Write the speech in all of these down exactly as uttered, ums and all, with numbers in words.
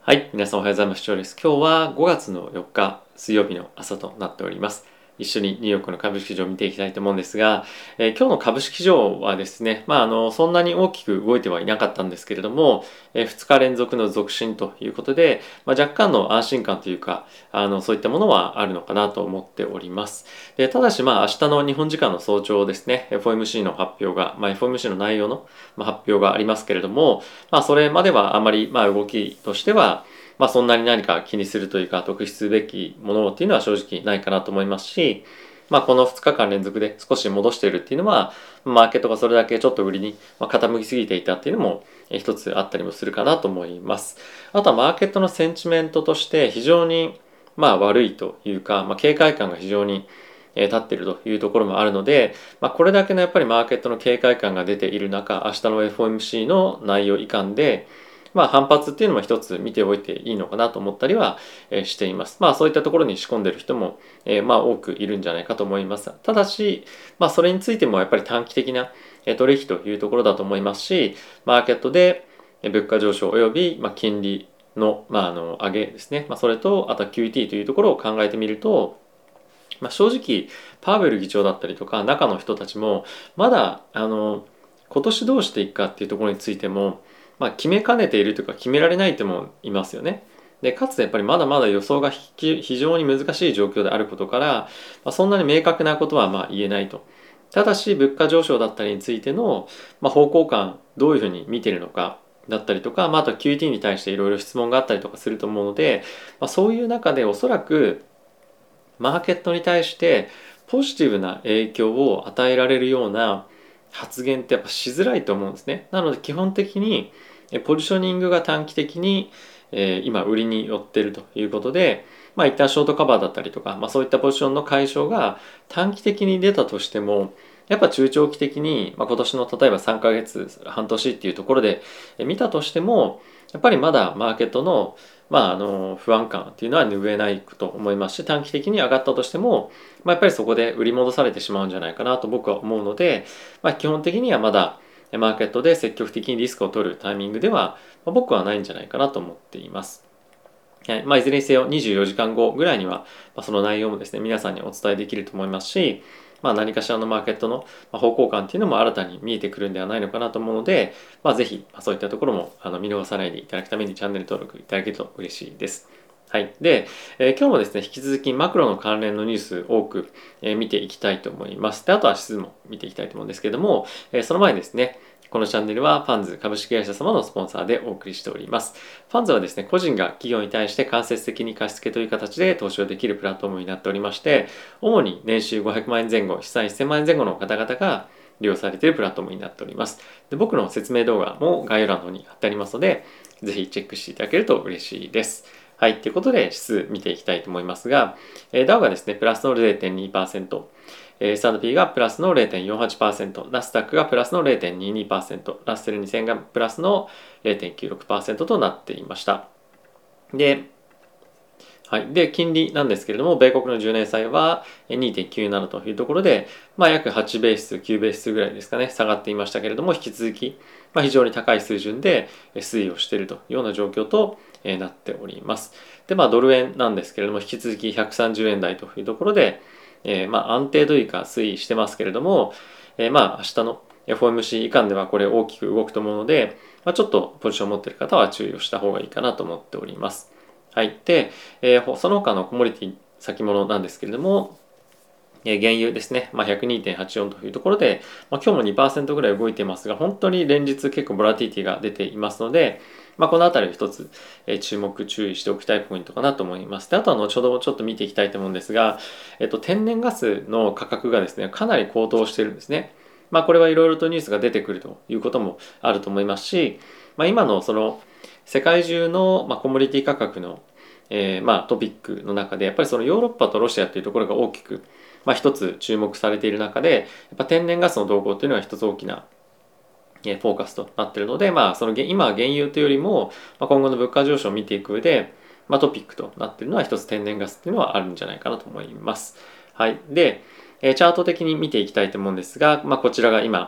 はい、皆さんおはようございます。今日はごがつのよっか水曜日の朝となっております。一緒にニューヨークの株式市場を見ていきたいと思うんですが、えー今日の株式市場はですね、まあ、あのそんなに大きく動いてはいなかったんですけれども、えーふつか連続の続伸ということで、まあ、若干の安心感というか、あのそういったものはあるのかなと思っております。でただし、まあ、明日の日本時間の早朝ですね、エフオーエムシー の発表が、まあ、エフオーエムシー の内容のまあ発表がありますけれども、まあ、それまではあまりまあ動きとしては、まあ、そんなに何か気にするというか特筆すべきものっていうのは正直ないかなと思いますし、まあ、このふつかかん連続で少し戻しているっていうのはマーケットがそれだけちょっと売りに傾きすぎていたっていうのも一つあったりもするかなと思います。あとはマーケットのセンチメントとして非常にまあ悪いというか、まあ、警戒感が非常に立っているというところもあるので、まあ、これだけのやっぱりマーケットの警戒感が出ている中、明日の エフオーエムシー の内容以下でまあ、反発っていうのも一つ見ておいていいのかなと思ったりはしています。まあそういったところに仕込んでる人もまあ多くいるんじゃないかと思います。ただし、まあそれについてもやっぱり短期的な取引というところだと思いますし、マーケットで物価上昇および金利のまああの上げですね。まあそれとあとは キューティー というところを考えてみると、まあ、正直パウエル議長だったりとか中の人たちもまだあの今年どうしていくかっていうところについてもまあ、決めかねているというか決められない人もいますよね。でかつやっぱりまだまだ予想が非常に難しい状況であることから、まあ、そんなに明確なことはまあ言えないと。ただし物価上昇だったりについての、まあ、方向感どういうふうに見ているのかだったりとか、まあ、あと キューティー に対していろいろ質問があったりとかすると思うので、まあ、そういう中でおそらくマーケットに対してポジティブな影響を与えられるような発言ってやっぱしづらいと思うんですね。なので基本的にポジショニングが短期的に今売りに寄ってるということで、まあ一旦ショートカバーだったりとか、まあ、そういったポジションの解消が短期的に出たとしてもやっぱ中長期的に、まあ、今年の例えばさんかげつ半年っていうところで見たとしてもやっぱりまだマーケットのまあ、あの不安感っていうのは拭えないと思いますし、短期的に上がったとしても、まあ、やっぱりそこで売り戻されてしまうんじゃないかなと僕は思うので、まあ、基本的にはまだマーケットで積極的にリスクを取るタイミングでは、まあ、僕はないんじゃないかなと思っています。はい、まあ、いずれにせよにじゅうよじかんごぐらいには、まあ、その内容もですね皆さんにお伝えできると思いますし、まあ、何かしらのマーケットの方向感っていうのも新たに見えてくるんではないのかなと思うので、まあ、ぜひそういったところもあの見逃さないでいただくためにチャンネル登録いただけると嬉しいです。はい。で、えー今日もですね、引き続きマクロの関連のニュース多く、えー見ていきたいと思います。で、あとは指数も見ていきたいと思うんですけれども、えーその前にですね、このチャンネルはファンズ株式会社様のスポンサーでお送りしております。ファンズはですね、個人が企業に対して間接的に貸付という形で投資をできるプラットフォームになっておりまして、主に年収ごひゃくまんえん前後、資産せんまんえん前後の方々が利用されているプラットフォームになっております。で僕の説明動画も概要欄の方に貼ってありますので、ぜひチェックしていただけると嬉しいです。はい、ということで指数見ていきたいと思いますが、ダウがですね、プラスの ゼロてんにパーセント、スタンド ピー がプラスの ゼロてんよんはちパーセント、ナスダックがプラスの ゼロてんににパーセント、ラッセルにせんがプラスの ゼロてんきゅうろくパーセント となっていました。で、はい、で金利なんですけれども、米国のじゅうねん債は にてんきゅうなな というところで、まあ、約はちベース、きゅうベースぐらいですかね、下がっていましたけれども、引き続き、まあ、非常に高い水準で推移をしているというような状況となっております。で、まあ、ドル円なんですけれども、引き続きひゃくさんじゅうえん台というところで、えー、まあ安定というか推移してますけれども、えー、まあ明日の エフオーエムシー 以下ではこれ大きく動くと思うので、まあ、ちょっとポジションを持っている方は注意をした方がいいかなと思っております。はい。で、えー、その他のコモディティ先物なんですけれども、えー、原油ですね、まあ、ひゃくにてんはちよん というところで、まあ、今日も にパーセント ぐらい動いていますが、本当に連日結構ボラティティが出ていますので、まあ、このあたりを一つ、えー、注目注意しておきたいポイントかなと思います。で、あとは後ほどちょっと見ていきたいと思うんですが、えっと、天然ガスの価格がですね、かなり高騰してるんですね。まあ、これはいろいろとニュースが出てくるということもあると思いますし、まあ、今のその世界中の、まあ、コモディティ価格の、えーまあ、トピックの中でやっぱりそのヨーロッパとロシアというところが大きく、まあ、一つ注目されている中でやっぱ天然ガスの動向というのは一つ大きなフォーカスとなっているので、まあ、その今は原油というよりも、まあ、今後の物価上昇を見ていく上で、まあ、トピックとなっているのは一つ天然ガスっていうのはあるんじゃないかなと思います。はい。で、チャート的に見ていきたいと思うんですが、まあ、こちらが今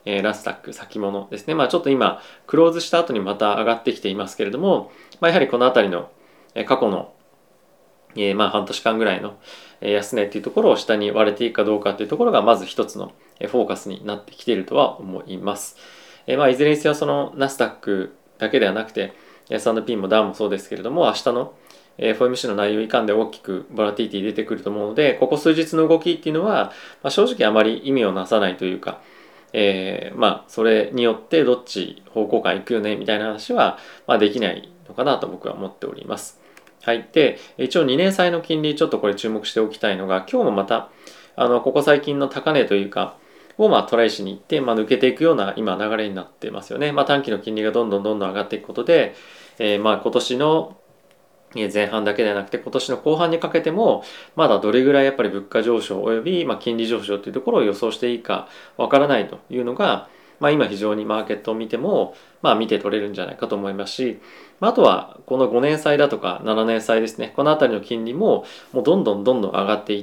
えー、ラスダック先物ですね。まあちょっと今クローズした後にまた上がってきていますけれども、まあ、やはりこの辺りの過去の、えー、まあ半年間ぐらいの安値っていうところを下に割れていくかどうかっていうところがまず一つのフォーカスになってきているとは思います。えー、まあいずれにせよそのナスダックだけではなくて エスアンドピー もダウンもそうですけれども、明日の エフオーエムシー の内容以下で大きくボラティティ出てくると思うので、ここ数日の動きっていうのは、まあ、正直あまり意味をなさないというか、えー、まあそれによってどっち方向感いくよねみたいな話は、まあ、できないのかなと僕は思っております。はい、で一応にねん債の金利ちょっとこれ注目しておきたいのが、今日もまたあのここ最近の高値というかをまあトライしに行って、まあ、抜けていくような今流れになってますよね。まあ、短期の金利がどんどんどんどん上がっていくことで、えー、まあ今年の前半だけではなくて今年の後半にかけてもまだどれぐらいやっぱり物価上昇およびまあ金利上昇というところを予想していいかわからないというのが、まあ、今非常にマーケットを見てもまあ見て取れるんじゃないかと思いますし、あとはこのごねん債だとかななねん債ですね、この辺りの金利ももうどんどんどんどん上がっていって、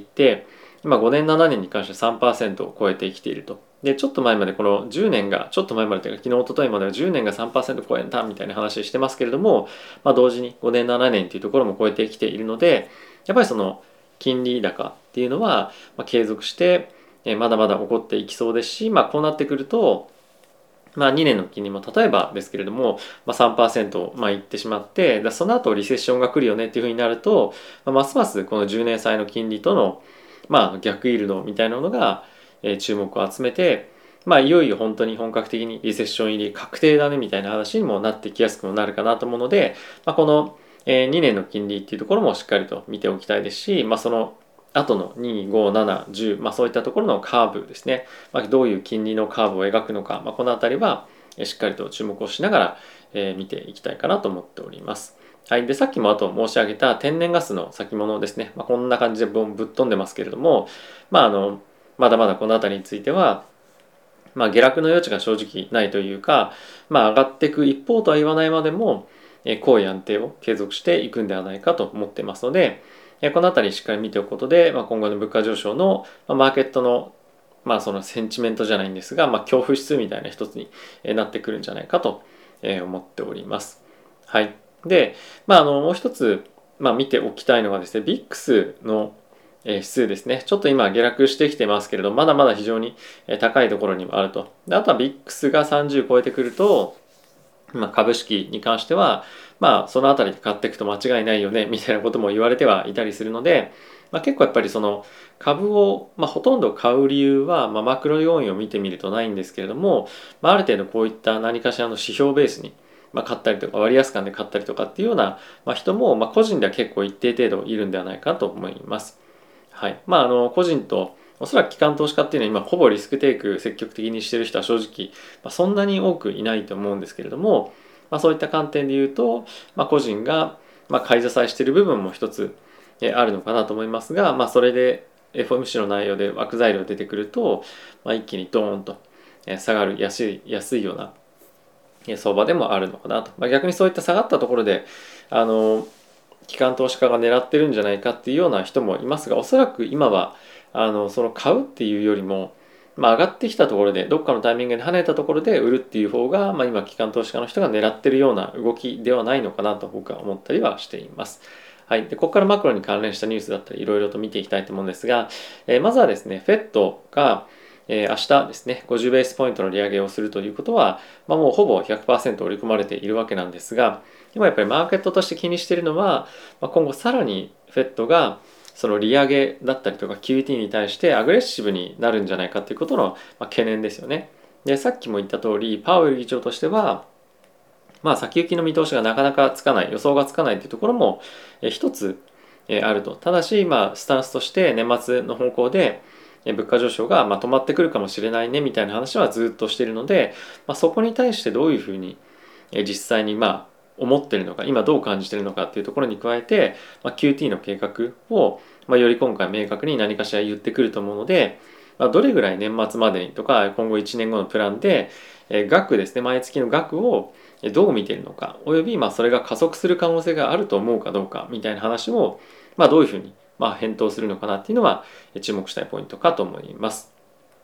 今ごねんななねんに関して さんパーセント を超えてきていると。でちょっと前までこのじゅうねんがちょっと前までというか昨日一昨日まではじゅうねんが さんパーセント 超えたみたいな話してますけれども、まあ、同時にごねんななねんというところも超えてきているので、やっぱりその金利高っていうのは継続してまだまだ起こっていきそうですし、まあ、こうなってくるとまあ、にねんの金利も例えばですけれども、まあ、さんパーセントまあいってしまって、その後リセッションが来るよねっていうふうになると、まあ、ますますこのじゅうねん債の金利とのまあ逆イールドみたいなのが注目を集めて、まあ、いよいよ本当に本格的にリセッション入り確定だねみたいな話にもなってきやすくもなるかなと思うので、まあ、このにねんの金利っていうところもしっかりと見ておきたいですし、まあ、その後のに、ご、なな、じゅう、まあ、そういったところのカーブですね、まあ、どういう金利のカーブを描くのか、まあ、この辺りはしっかりと注目をしながら、えー、見ていきたいかなと思っております。はい、でさっきもあと申し上げた天然ガスの先物ですね、まあ、こんな感じでぶっ飛んでますけれども、まあ、あのまだまだこの辺りについては、まあ、下落の余地が正直ないというか、まあ、上がっていく一方とは言わないまでも高い安定を継続していくんではないかと思っていますので、この辺りしっかり見ておくことで、まあ、今後の物価上昇のマーケットのまあそのセンチメントじゃないんですが、まあ、恐怖指数みたいな一つになってくるんじゃないかと思っております。はい。で、まあ、あのもう一つ、まあ、見ておきたいのがですね、ビックス の指数ですね。ちょっと今下落してきてますけれど、まだまだ非常に高いところにもあると。であとは ビックス がさんじゅう超えてくると、まあ、株式に関しては、まあ、そのあたりで買っていくと間違いないよねみたいなことも言われてはいたりするので、まあ、結構やっぱりその株を、まあ、ほとんど買う理由は、まあ、マクロ要因を見てみるとないんですけれども、まあ、ある程度こういった何かしらの指標ベースに、まあ、買ったりとか割安感で買ったりとかっていうような、まあ、人も、まあ、個人では結構一定程度いるんではないかと思います。はい。まあ、あの個人とおそらく機関投資家っていうのは今ほぼリスクテイク積極的にしてる人は正直、まあ、そんなに多くいないと思うんですけれども、まあ、そういった観点で言うと、まあ、個人がまあ買い支えしている部分も一つあるのかなと思いますが、まあ、それで エフオーエムシー の内容で枠材料出てくると、まあ、一気にドーンと下がる安い安いような相場でもあるのかなと、まあ、逆にそういった下がったところであの機関投資家が狙ってるんじゃないかっていうような人もいますが、おそらく今はあのその買うっていうよりも、まあ、上がってきたところでどっかのタイミングで跳ねたところで売るっていう方が、まあ、今機関投資家の人が狙ってるような動きではないのかなと僕は思ったりはしています。はい、でここからマクロに関連したニュースだったりいろいろと見ていきたいと思うんですが、えー、まずはですね フェット が、えー、明日ですねごじゅうベースポイントの利上げをするということは、まあ、もうほぼ ひゃくパーセント 織り込まれているわけなんですが、今やっぱりマーケットとして気にしているのは、まあ、今後さらに フェット がその利上げだったりとか キューティー に対してアグレッシブになるんじゃないかということの懸念ですよね。でさっきも言った通りパウエル議長としてはまあ先行きの見通しがなかなかつかない、予想がつかないというところも一つあると。ただしまあスタンスとして年末の方向で物価上昇がまとまってくるかもしれないねみたいな話はずっとしているので、まあ、そこに対してどういうふうに実際にまあ思っているのか、今どう感じているのかっていうところに加えて、まあ、キューティー の計画を、まあ、より今回明確に何かしら言ってくると思うので、まあ、どれぐらい年末までにとか今後いちねんごのプランで額ですね、毎月の額をどう見ているのか、およびまあそれが加速する可能性があると思うかどうかみたいな話を、まあ、どういうふうにまあ返答するのかなっていうのは注目したいポイントかと思います。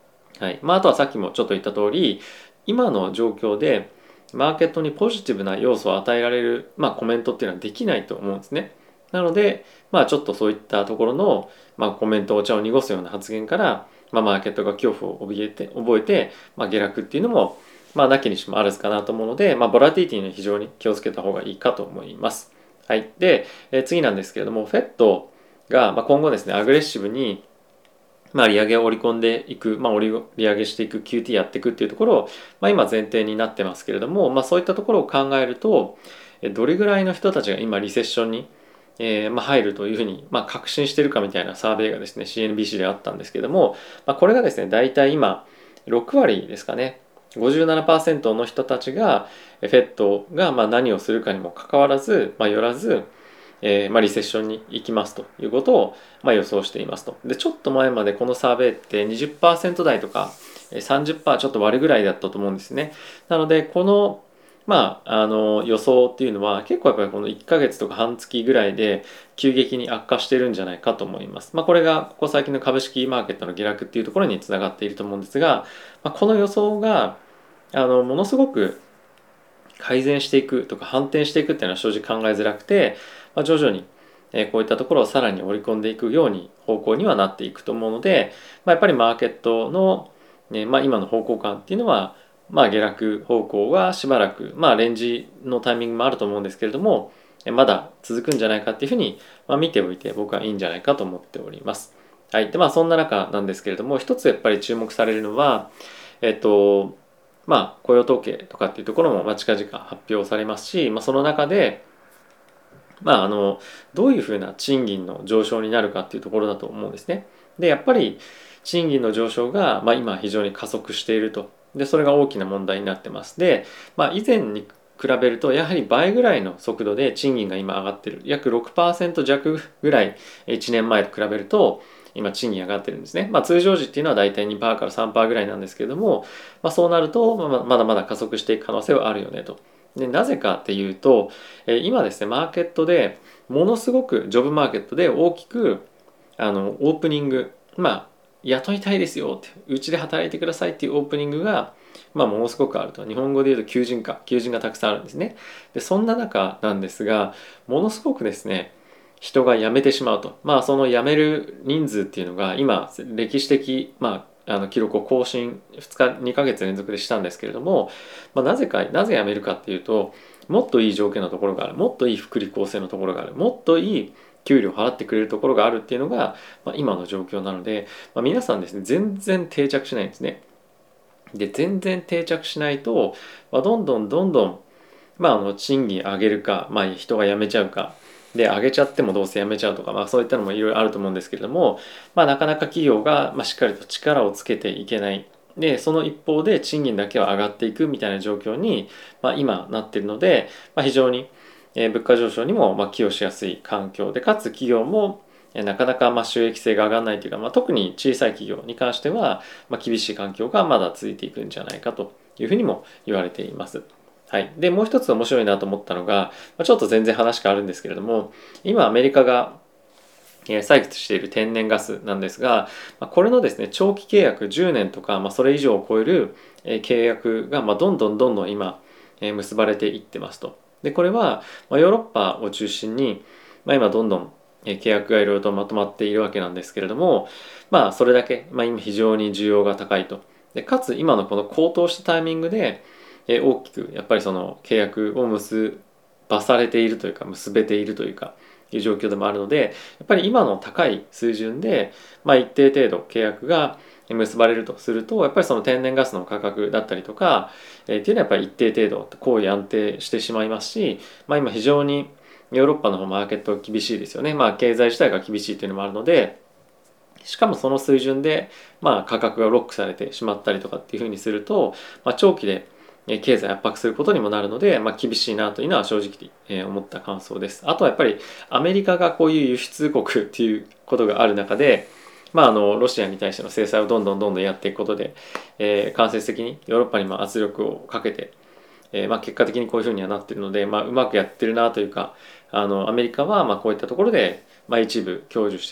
はい。まあ、あとはさっきもちょっと言った通り、今の状況でマーケットにポジティブな要素を与えられる、まあ、コメントっていうのはできないと思うんですね。なので、まあ、ちょっとそういったところの、まあ、コメント、お茶を濁すような発言から、まあ、マーケットが恐怖を怯えて覚えて、まあ、下落っていうのも、まあ、なきにしもあらずかなと思うので、まあ、ボラティティには非常に気をつけた方がいいかと思います。はい。で、えー次なんですけれども、フェットが、まあ、今後ですね、アグレッシブに、まあ、利上げを織り込んでいく、まあ、利上げしていく キューティー やっていくっていうところを、まあ、今前提になってますけれども、まあ、そういったところを考えると、どれぐらいの人たちが今リセッションに、えーまあ、入るというふうに、まあ、確信しているかみたいなサーベイがですね シーエヌビーシー であったんですけれども、まあ、これがですね大体今ろく割ですかね、ごじゅうななパーセントの人たちが フェット がまあ何をするかにもかかわらず、まあ、よらず、えーまあ、リセッションに行きますということを、まあ、予想していますと。で、ちょっと前までこのサーベイってにじゅっパーセント台とかさんじゅっパーセントちょっと割るぐらいだったと思うんですね。なので、このまあ、あの予想っていうのは結構やっぱりこのいっかげつとか半月ぐらいで急激に悪化してるんじゃないかと思います。まあ、これがここ最近の株式マーケットの下落っていうところにつながっていると思うんですが、まあ、この予想があのものすごく改善していくとか反転していくっていうのは正直考えづらくて、まあ、徐々にこういったところをさらに織り込んでいくように方向にはなっていくと思うので、まあ、やっぱりマーケットの、ねまあ、今の方向感っていうのは、まあ、下落方向はしばらく、まあ、レンジのタイミングもあると思うんですけれども、まだ続くんじゃないかっていうふうに、まあ、見ておいて僕はいいんじゃないかと思っております。はい。で、まあそんな中なんですけれども、一つやっぱり注目されるのは、えっと、まあ雇用統計とかっていうところもまあ近々発表されますし、まあ、その中で、まあ、あのどういうふうな賃金の上昇になるかっていうところだと思うんですね。でやっぱり賃金の上昇が、まあ、今非常に加速していると。でそれが大きな問題になってます。で、まあ、以前に比べるとやはり倍ぐらいの速度で賃金が今上がってる、約ろくパーセント弱ぐらいいちねんまえと比べると今賃金上がってるんですね。まあ、通常時っていうのはだいたいにパーセントからさんパーセントぐらいなんですけれども、まあ、そうなるとまだまだ加速していく可能性はあるよねと。でなぜかっていうと、今ですねマーケットでものすごくジョブマーケットで大きくあのオープニング、まあ雇いたいですよってうちで働いてくださいっていうオープニングが、まあ、ものすごくあると。日本語で言うと求人か求人がたくさんあるんですね。でそんな中なんですが、ものすごくですね人が辞めてしまうと。まあその辞める人数っていうのが今歴史的、まあ、あの記録を更新ふつかにかげつ連続でしたんですけれども、まあ、なぜかなぜ辞めるかっていうと、もっといい条件のところがある、もっといい福利厚生のところがある、もっといい給料を払ってくれるところがあるっていうのが、まあ、今の状況なので、まあ、皆さんですね全然定着しないんですね。で全然定着しないと、まあ、どんどんどんどん、まあ、あの賃金上げるか、まあ、人が辞めちゃうかで上げちゃってもどうせ辞めちゃうとか、まあ、そういったのもいろいろあると思うんですけれども、まあ、なかなか企業が、まあ、しっかりと力をつけていけない。でその一方で賃金だけは上がっていくみたいな状況に、まあ、今なっているので、まあ、非常にえ物価上昇にもま寄与しやすい環境で、かつ企業もなかなかま収益性が上がらないというか、まあ、特に小さい企業に関してはま厳しい環境がまだ続いていくんじゃないかというふうにも言われています。はい、でもう一つ面白いなと思ったのが、ちょっと全然話変わるんですけれども、今アメリカが採掘している天然ガスなんですが、これのですね長期契約じゅうねんとか、まあ、それ以上を超える契約がまあどんどんどんどん今結ばれていってますと。でこれはヨーロッパを中心に、まあ、今どんどん契約がいろいろとまとまっているわけなんですけれども、まあそれだけ、まあ、今非常に需要が高いと。でかつ今のこの高騰したタイミングで大きくやっぱりその契約を結ばされているというか結べているというかいう状況でもあるので、やっぱり今の高い水準で、まあ、一定程度契約が結ばれるとすると、やっぱりその天然ガスの価格だったりとか、えー、っていうのはやっぱり一定程度高位安定してしまいますし、まあ、今非常にヨーロッパの方マーケット厳しいですよね。まあ経済自体が厳しいというのもあるので、しかもその水準で、まあ、価格がロックされてしまったりとかっていうふうにすると、まあ、長期で経済圧迫することにもなるので、まあ、厳しいなというのは正直思った感想です。あとはやっぱりアメリカがこういう輸出国っていうことがある中で、まあ、あのロシアに対しての制裁をどんどんどんどんやっていくことで、えー、間接的にヨーロッパにも圧力をかけて、えーまあ、結果的にこういうふうにはなっているので、まあ、うまくやってるなというか、あのアメリカはまあこういったところで、まあ、一部享受していると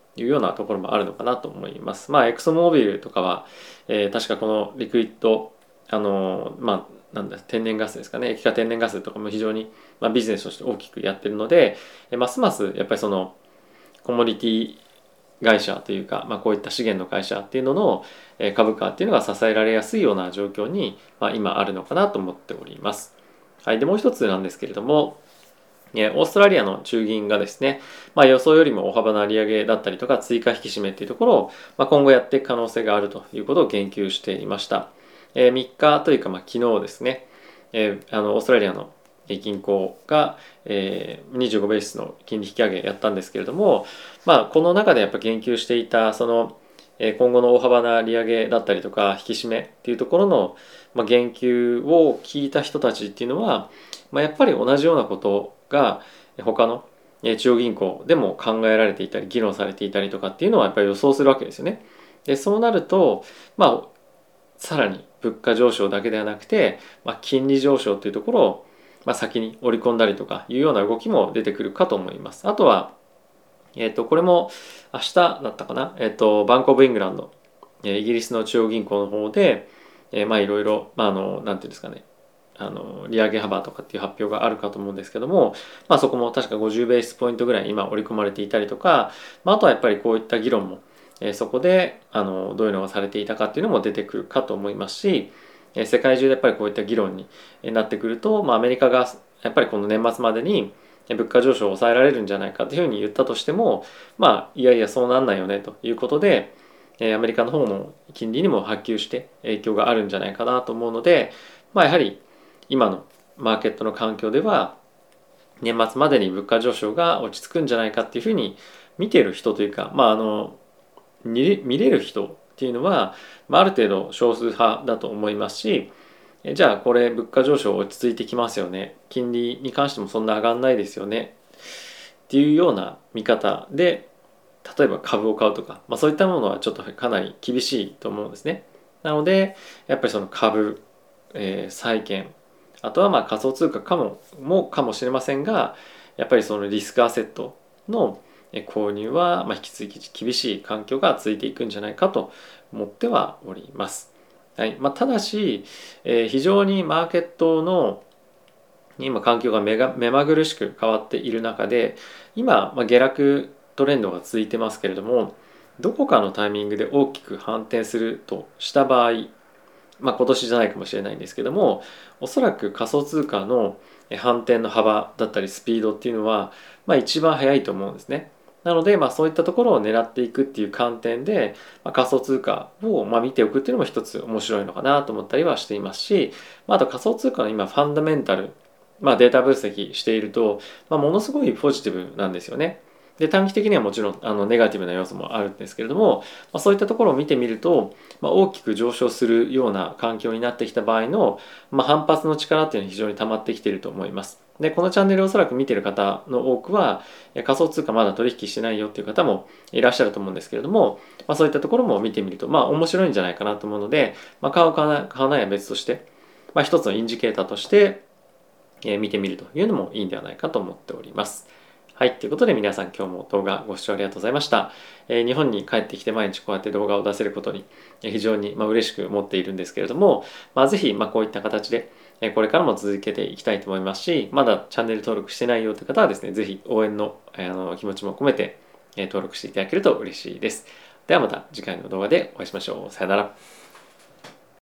いうようなところもあるのかなと思います。まあエクソモービルとかは、えー確かこのリクイッドあのまあなんだ天然ガスですかね、液化天然ガスとかも非常に、まあ、ビジネスとして大きくやってるので、えますますやっぱりそのコモディティ会社というか、まあ、こういった資源の会社っていうののえ株価っていうのが支えられやすいような状況に、まあ、今あるのかなと思っております。はい、でもう一つなんですけれども、えオーストラリアの中銀がですね、まあ、予想よりも大幅な利上げだったりとか追加引き締めっていうところを、まあ、今後やっていく可能性があるということを言及していました。えー、みっかというか、まあ、昨日ですね、えー、あのオーストラリアの銀行が、えー、にじゅうごベースの金利引き上げやったんですけれども、まあ、この中でやっぱ言及していたその今後の大幅な利上げだったりとか引き締めっていうところの言及を聞いた人たちっていうのは、まあ、やっぱり同じようなことが他の中央銀行でも考えられていたり議論されていたりとかっていうのはやっぱり予想するわけですよね。でそうなると、まあ、さらに物価上昇だけではなくて、まあ、金利上昇というところを、まあ、先に織り込んだりとかいうような動きも出てくるかと思います。あとは、えー、とこれも明日だったかな、えー、とバンクオブイングランド、イギリスの中央銀行の方で、えー、まあいろいろ、まあ、あのなんていうんですかね、あの利上げ幅とかっていう発表があるかと思うんですけども、まあ、そこも確かごじゅうベースポイントぐらい今織り込まれていたりとか、まあ、あとはやっぱりこういった議論も、えー、そこであのどういうのがされていたかっていうのも出てくるかと思いますし、えー、世界中でやっぱりこういった議論になってくると、まあ、アメリカがやっぱりこの年末までに物価上昇を抑えられるんじゃないかというふうに言ったとしても、まあいやいやそうなんないよねということで、アメリカの方の金利にも波及して影響があるんじゃないかなと思うので、まあやはり今のマーケットの環境では年末までに物価上昇が落ち着くんじゃないかっていうふうに見ている人というか、まああの見れる人っていうのは、まあ、ある程度少数派だと思いますし、じゃあこれ物価上昇落ち着いてきますよね、金利に関してもそんな上がんないですよねっていうような見方で例えば株を買うとか、まあ、そういったものはちょっとかなり厳しいと思うんですね。なのでやっぱりその株、えー、債券、あとはまあ仮想通貨かももかもしれませんが、やっぱりそのリスクアセットの購入はまあ引き続き厳しい環境が続いていくんじゃないかと思ってはおります。はいまあ、ただし、えー、非常にマーケットの今環境が目が目まぐるしく変わっている中で今、まあ、下落トレンドが続いてますけれども、どこかのタイミングで大きく反転するとした場合、まあ、今年じゃないかもしれないんですけども、おそらく仮想通貨の反転の幅だったりスピードっていうのは、まあ、一番速いと思うんですね。なので、まあ、そういったところを狙っていくっていう観点で、まあ、仮想通貨をまあ見ておくっていうのも一つ面白いのかなと思ったりはしていますし、まあ、あと仮想通貨の今ファンダメンタル、まあ、データ分析していると、まあ、ものすごいポジティブなんですよね。で短期的にはもちろんあのネガティブな要素もあるんですけれども、まあ、そういったところを見てみると、まあ、大きく上昇するような環境になってきた場合の、まあ、反発の力っていうのは非常に溜まってきていると思います。でこのチャンネルをおそらく見ている方の多くは仮想通貨まだ取引してないよっていう方もいらっしゃると思うんですけれども、まあ、そういったところも見てみるとまあ面白いんじゃないかなと思うので、まあ、買う買わない買わないは別として、まあ、一つのインジケーターとして見てみるというのもいいんではないかと思っております。はい、ということで皆さん今日も動画ご視聴ありがとうございました。えー、日本に帰ってきて毎日こうやって動画を出せることに非常にまあ嬉しく思っているんですけれども、まあ、ぜひまあこういった形でこれからも続けていきたいと思いますし、まだチャンネル登録してないよという方はですね、ぜひ応援のあの気持ちも込めて登録していただけると嬉しいです。ではまた次回の動画でお会いしましょう。さよなら。